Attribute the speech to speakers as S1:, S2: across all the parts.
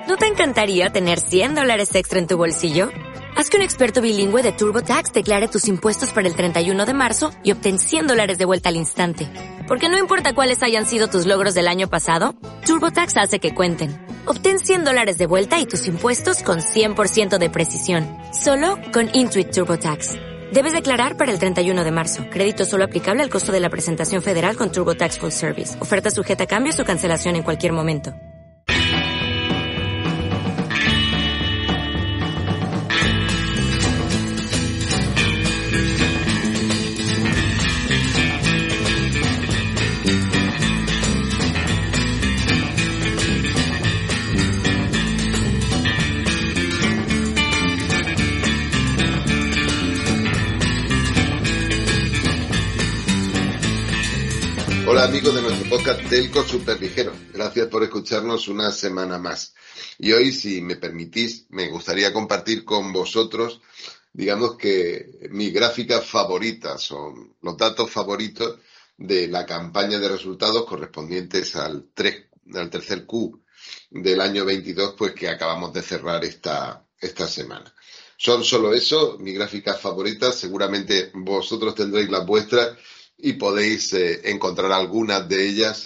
S1: ¿No te encantaría tener $100 extra en tu bolsillo? Haz que un experto bilingüe de TurboTax declare tus impuestos para el 31 de marzo y obtén $100 de vuelta al instante. Porque no importa cuáles hayan sido tus logros del año pasado, TurboTax hace que cuenten. Obtén $100 de vuelta y tus impuestos con 100% de precisión. Solo con Intuit TurboTax. Debes declarar para el 31 de marzo. Crédito solo aplicable al costo de la presentación federal con TurboTax Full Service. Oferta sujeta a cambios o cancelación en cualquier momento.
S2: Hola amigos de nuestro podcast Telco Superligero, gracias por escucharnos una semana más. Y hoy, si me permitís, me gustaría compartir con vosotros, digamos que mis gráficas favoritas son los datos favoritos de la campaña de resultados correspondientes al tercer Q del año 22, pues que acabamos de cerrar esta semana. Son solo eso, mis gráficas favoritas, seguramente vosotros tendréis las vuestras y podéis encontrar algunas de ellas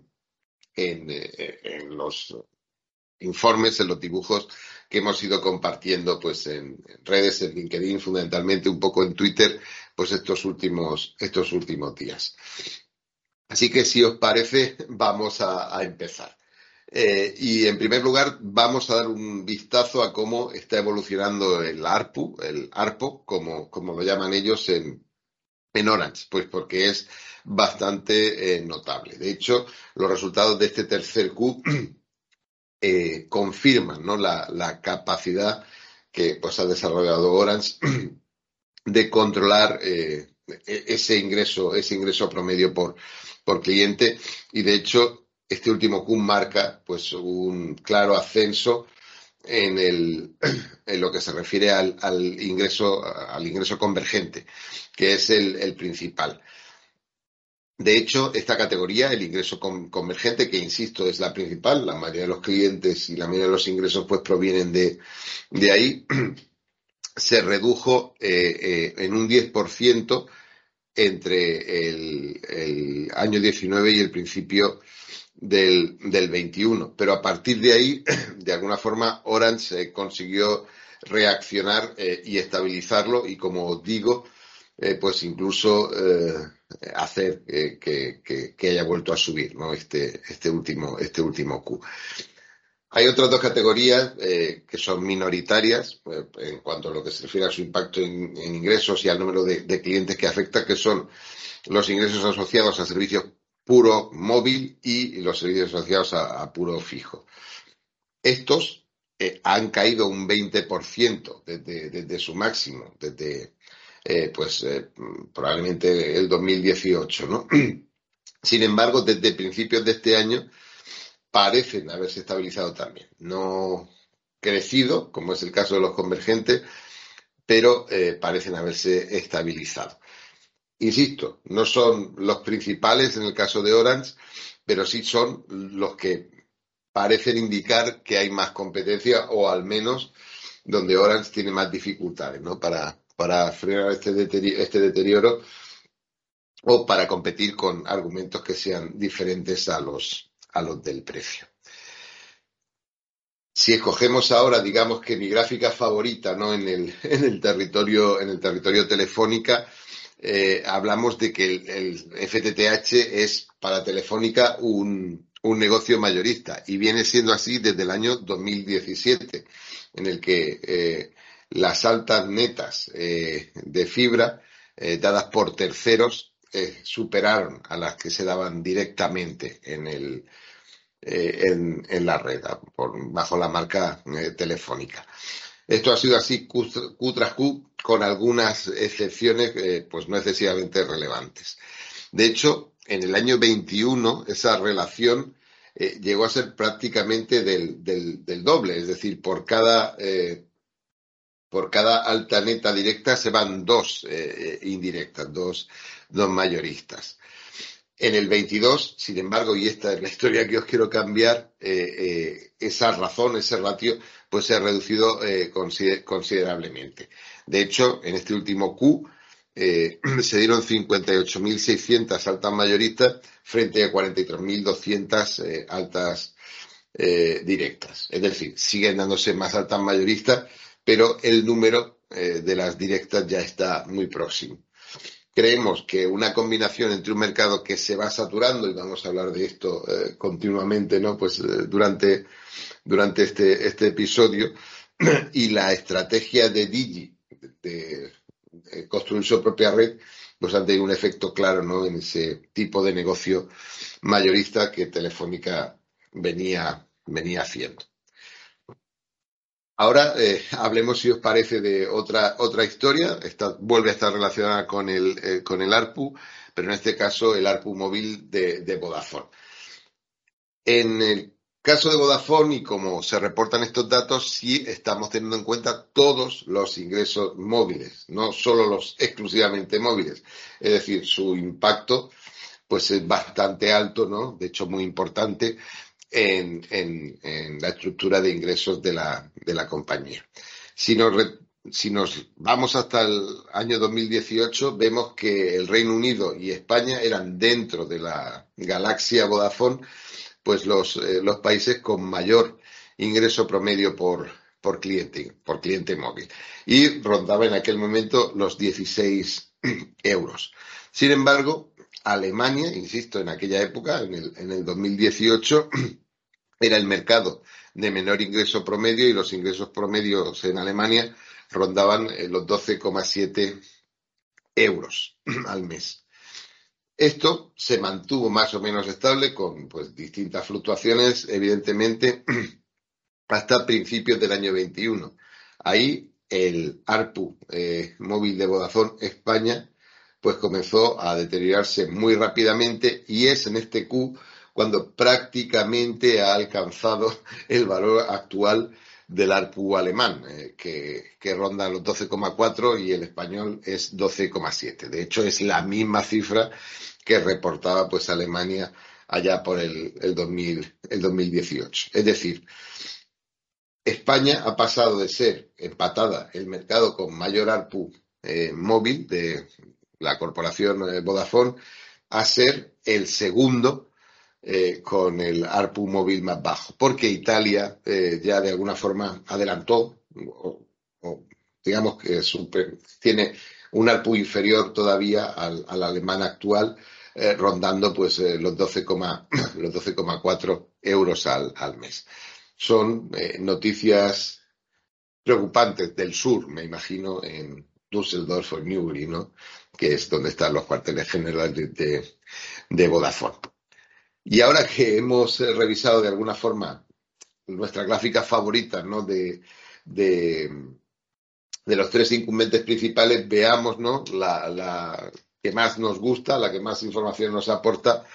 S2: en los informes, en los dibujos que hemos ido compartiendo pues en redes, en LinkedIn, fundamentalmente un poco en Twitter, pues estos últimos días. Así que si os parece, vamos a empezar. Y en primer lugar vamos a dar un vistazo a cómo está evolucionando el ARPU, como lo llaman ellos en Orange, pues porque es bastante notable. De hecho, los resultados de este tercer Q confirman, ¿no?, la capacidad que pues ha desarrollado Orange de controlar ese ingreso promedio por cliente, y de hecho este último Q marca pues un claro ascenso en lo que se refiere al ingreso convergente, que es el principal. De hecho, esta categoría, el ingreso convergente, que insisto es la principal, la mayoría de los clientes y la mayoría de los ingresos pues provienen de ahí, se redujo en un 10% entre el año 19 y el principio del 21, pero a partir de ahí, de alguna forma, Orange consiguió reaccionar y estabilizarlo, y como os digo, pues incluso hacer que haya vuelto a subir, ¿no?, este último Q. Hay otras dos categorías que son minoritarias en cuanto a lo que se refiere a su impacto en ingresos y al número de clientes que afecta, que son los ingresos asociados a servicios puro móvil y los servicios asociados a puro fijo. Estos han caído un 20% desde su máximo, desde probablemente el 2018, ¿no? Sin embargo, desde principios de este año parecen haberse estabilizado también. No crecido, como es el caso de los convergentes, pero parecen haberse estabilizado. Insisto, no son los principales en el caso de Orange, pero sí son los que parecen indicar que hay más competencia, o al menos donde Orange tiene más dificultades, ¿no?, para frenar este deterioro o para competir con argumentos que sean diferentes a los del precio. Si escogemos ahora, digamos que mi gráfica favorita, ¿no?, en el territorio Telefónica, hablamos de que el FTTH es para Telefónica un negocio mayorista, y viene siendo así desde el año 2017, en el que las altas netas de fibra dadas por terceros superaron a las que se daban directamente en la red bajo la marca Telefónica. Esto ha sido así Q tras Q, con algunas excepciones pues no excesivamente relevantes. De hecho, en el año 21 esa relación llegó a ser prácticamente del doble, es decir, por cada alta neta directa se van dos indirectas, dos mayoristas. En el 22, sin embargo, y esta es la historia que os quiero cambiar, esa razón, ese ratio, pues se ha reducido considerablemente. De hecho, en este último Q se dieron 58.600 altas mayoristas frente a 43.200 altas directas. Es decir, siguen dándose más altas mayoristas, pero el número de las directas ya está muy próximo. Creemos que una combinación entre un mercado que se va saturando, y vamos a hablar de esto continuamente, ¿no? Pues durante este episodio, y la estrategia de Digi de construir su propia red, pues han tenido un efecto claro, ¿no? En ese tipo de negocio mayorista que Telefónica venía haciendo. Ahora hablemos, si os parece, de otra historia. Vuelve a estar relacionada con el ARPU, pero en este caso el ARPU móvil de Vodafone. En el caso de Vodafone, y como se reportan estos datos, sí estamos teniendo en cuenta todos los ingresos móviles, no solo los exclusivamente móviles. Es decir, su impacto pues es bastante alto, ¿no? De hecho, muy importante en la estructura de ingresos de la compañía. Si nos vamos hasta el año 2018, vemos que el Reino Unido y España eran, dentro de la galaxia Vodafone, pues los países con mayor ingreso promedio por cliente móvil. Y rondaba en aquel momento los 16 euros. Sin embargo, Alemania, insisto, en aquella época, en el 2018, era el mercado de menor ingreso promedio, y los ingresos promedios en Alemania rondaban los 12,7 euros al mes. Esto se mantuvo más o menos estable, con pues distintas fluctuaciones, evidentemente, hasta principios del año 21. Ahí el ARPU móvil de Vodafone España pues comenzó a deteriorarse muy rápidamente, y es en este Q cuando prácticamente ha alcanzado el valor actual del ARPU alemán, que ronda los 12,4, y el español es 12,7. De hecho, es la misma cifra que reportaba pues Alemania allá por el 2018. Es decir, España ha pasado de ser empatada el mercado con mayor ARPU móvil de la corporación Vodafone a ser el segundo con el ARPU móvil más bajo, porque Italia ya de alguna forma adelantó, o digamos que tiene un ARPU inferior todavía al alemán actual, rondando pues los 12,4 euros al mes. Son noticias preocupantes del sur, me imagino, en Düsseldorf o Newbury, ¿no? Que es donde están los cuarteles generales de Vodafone. Y ahora que hemos revisado de alguna forma nuestras gráficas favoritas, ¿no? de los tres incumbentes principales, veamos, ¿no? la que más nos gusta, la que más información nos aporta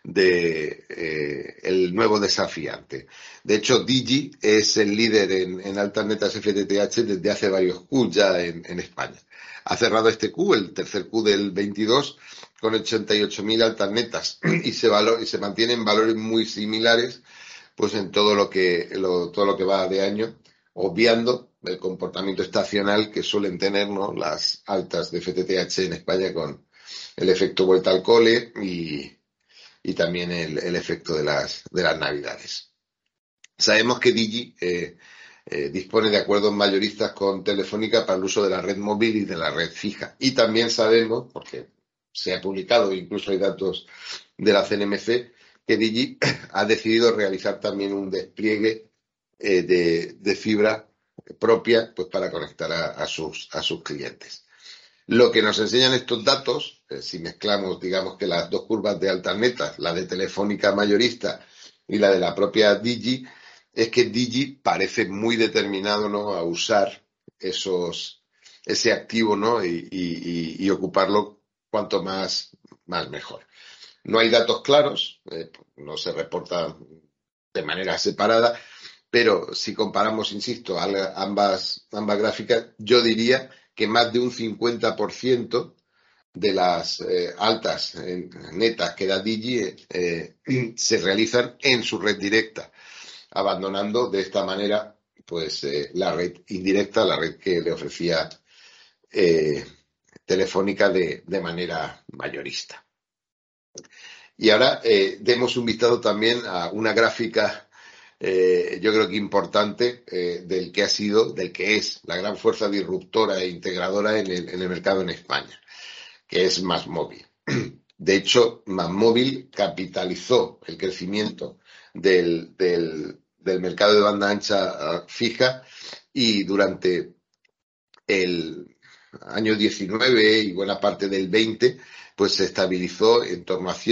S2: de el nuevo desafiante. De hecho, Digi es el líder en altas netas FTTH desde hace varios Q ya en España. Ha cerrado este Q, el tercer Q del 22, con 88.000 altas netas, y se mantienen valores muy similares pues en todo lo que va de año, obviando el comportamiento estacional que suelen tener, ¿no? Las altas de FTTH en España, con el efecto vuelta al cole y también el efecto de las navidades. Sabemos que Digi dispone de acuerdos mayoristas con Telefónica para el uso de la red móvil y de la red fija. Y también sabemos, porque se ha publicado, incluso hay datos de la CNMC, que Digi ha decidido realizar también un despliegue de fibra propia, pues para conectar a sus clientes. Lo que nos enseñan estos datos, si mezclamos, digamos, que las dos curvas de altas netas, la de Telefónica mayorista y la de la propia Digi, es que Digi parece muy determinado, ¿no?, a usar ese activo, ¿no?, y ocuparlo cuanto más mejor. No hay datos claros, no se reporta de manera separada, pero si comparamos, insisto, ambas gráficas, yo diría que más de un 50% de las altas netas que da Digi se realizan en su red directa, abandonando de esta manera pues la red indirecta, la red que le ofrecía Telefónica de manera mayorista. Y ahora demos un vistazo también a una gráfica, yo creo que importante, del que es la gran fuerza disruptora e integradora en el mercado en España, que es MásMóvil. De hecho, MásMóvil capitalizó el crecimiento del mercado de banda ancha fija, y durante el año 19 y buena parte del 20, pues se estabilizó en torno a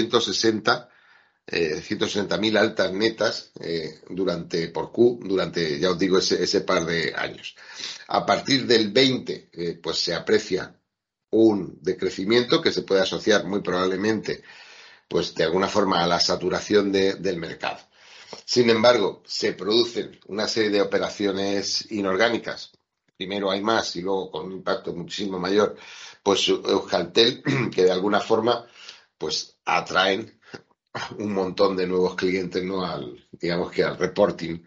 S2: 160.000 altas netas durante, ya os digo, ese par de años. A partir del 20, pues se aprecia un decrecimiento que se puede asociar muy probablemente, pues de alguna forma, a la saturación del mercado. Sin embargo, se producen una serie de operaciones inorgánicas. Primero hay más y luego con un impacto muchísimo mayor, pues Euskaltel, que de alguna forma pues atraen un montón de nuevos clientes, ¿no? Al reporting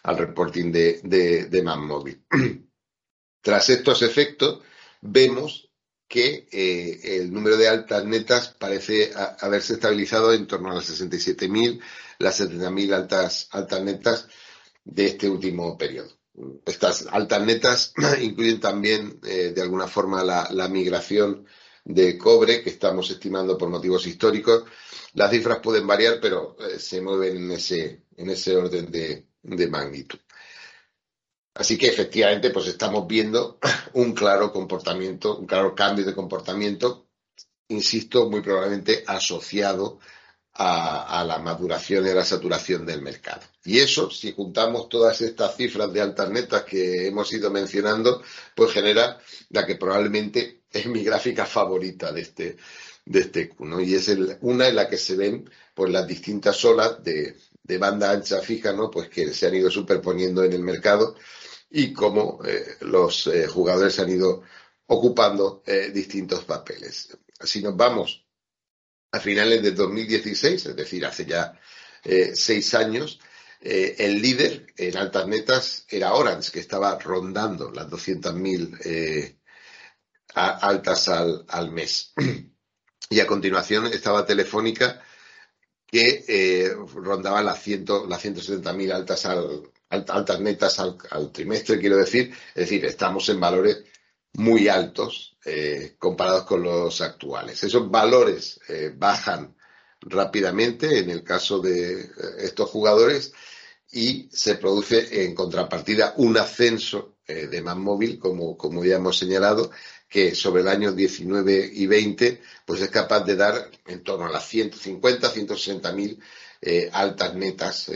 S2: de MásMóvil. Tras estos efectos, vemos que el número de altas netas parece haberse estabilizado en torno a las 67.000, las 70.000 altas netas de este último periodo. Estas altas netas incluyen también, de alguna forma, la migración de cobre, que estamos estimando por motivos históricos. Las cifras pueden variar, pero se mueven en ese orden de magnitud. Así que efectivamente pues estamos viendo un claro cambio de comportamiento, insisto, muy probablemente asociado a la maduración y a la saturación del mercado. Y eso, si juntamos todas estas cifras de altas netas que hemos ido mencionando, pues genera la que probablemente es mi gráfica favorita de este Q, ¿no? Y es una en la que se ven pues las distintas olas de banda ancha fija, ¿no? Pues que se han ido superponiendo en el mercado, y cómo los jugadores han ido ocupando distintos papeles. Si nos vamos a finales de 2016, es decir, hace ya 6 años, el líder en altas netas era Orange, que estaba rondando las 200.000 altas al mes. Y a continuación estaba Telefónica, que rondaba las 170.000 altas netas al trimestre, quiero decir. Es decir, estamos en valores muy altos comparados con los actuales. Esos valores bajan rápidamente en el caso de estos jugadores, y se produce en contrapartida un ascenso de MásMóvil, como ya hemos señalado, que sobre el año 19 y 20 pues es capaz de dar en torno a las 150, 160.000 altas netas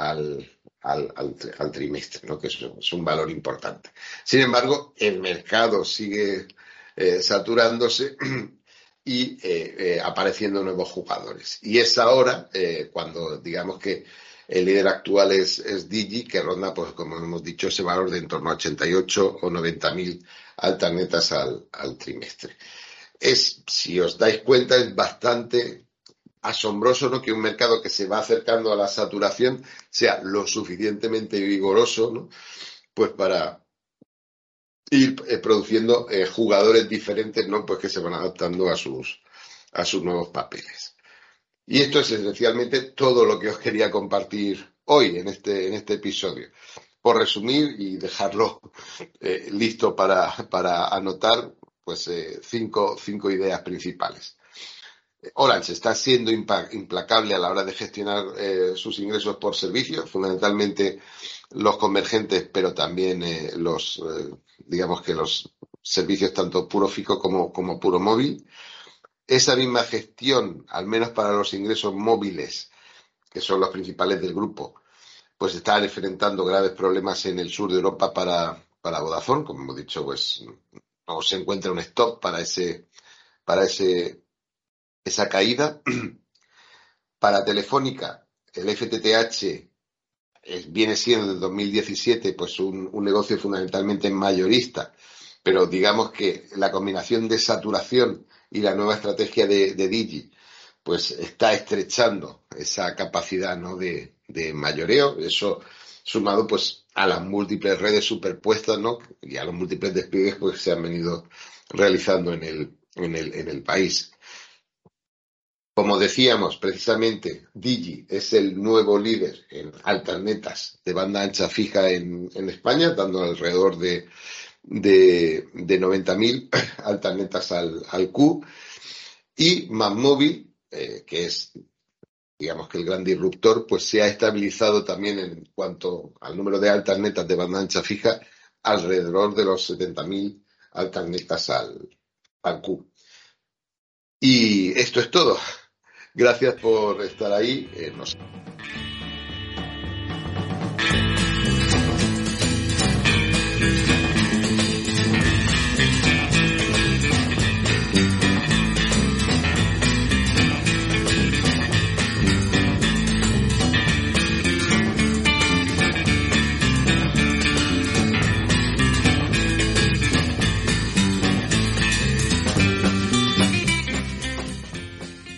S2: al trimestre, ¿no? Que es un valor importante. Sin embargo, el mercado sigue saturándose y apareciendo nuevos jugadores. Y es ahora cuando digamos que el líder actual es Digi, que ronda, pues como hemos dicho, ese valor de en torno a 88 o 90.000 altas netas al trimestre. Si os dais cuenta, es bastante asombroso, ¿no?, que un mercado que se va acercando a la saturación sea lo suficientemente vigoroso, ¿no?, pues para ir produciendo jugadores diferentes, ¿no?, pues que se van adaptando a sus nuevos papeles. Y esto es esencialmente todo lo que os quería compartir hoy en este episodio. Por resumir y dejarlo listo para anotar, pues 5 ideas principales. Orange está siendo implacable a la hora de gestionar sus ingresos por servicios, fundamentalmente los convergentes, pero también los servicios tanto puro fijo como puro móvil. Esa misma gestión, al menos para los ingresos móviles, que son los principales del grupo, pues están enfrentando graves problemas en el sur de Europa para Vodafone. Como hemos dicho, pues no se encuentra un stop para esa caída. Para Telefónica, el FTTH viene siendo desde 2017 pues un negocio fundamentalmente mayorista, pero digamos que la combinación de saturación y la nueva estrategia de Digi, pues está estrechando esa capacidad, ¿no?, de mayoreo. Eso sumado pues a las múltiples redes superpuestas, ¿no?, y a los múltiples despliegues pues, que se han venido realizando en el país. Como decíamos, precisamente, Digi es el nuevo líder en alternetas de banda ancha fija en España, dando alrededor de 90.000 alternetas al Q. Y MásMóvil, que es, digamos que el gran disruptor, pues se ha estabilizado también en cuanto al número de alternetas de banda ancha fija, alrededor de los 70.000 alternetas al Q. Y esto es todo. Gracias por estar ahí.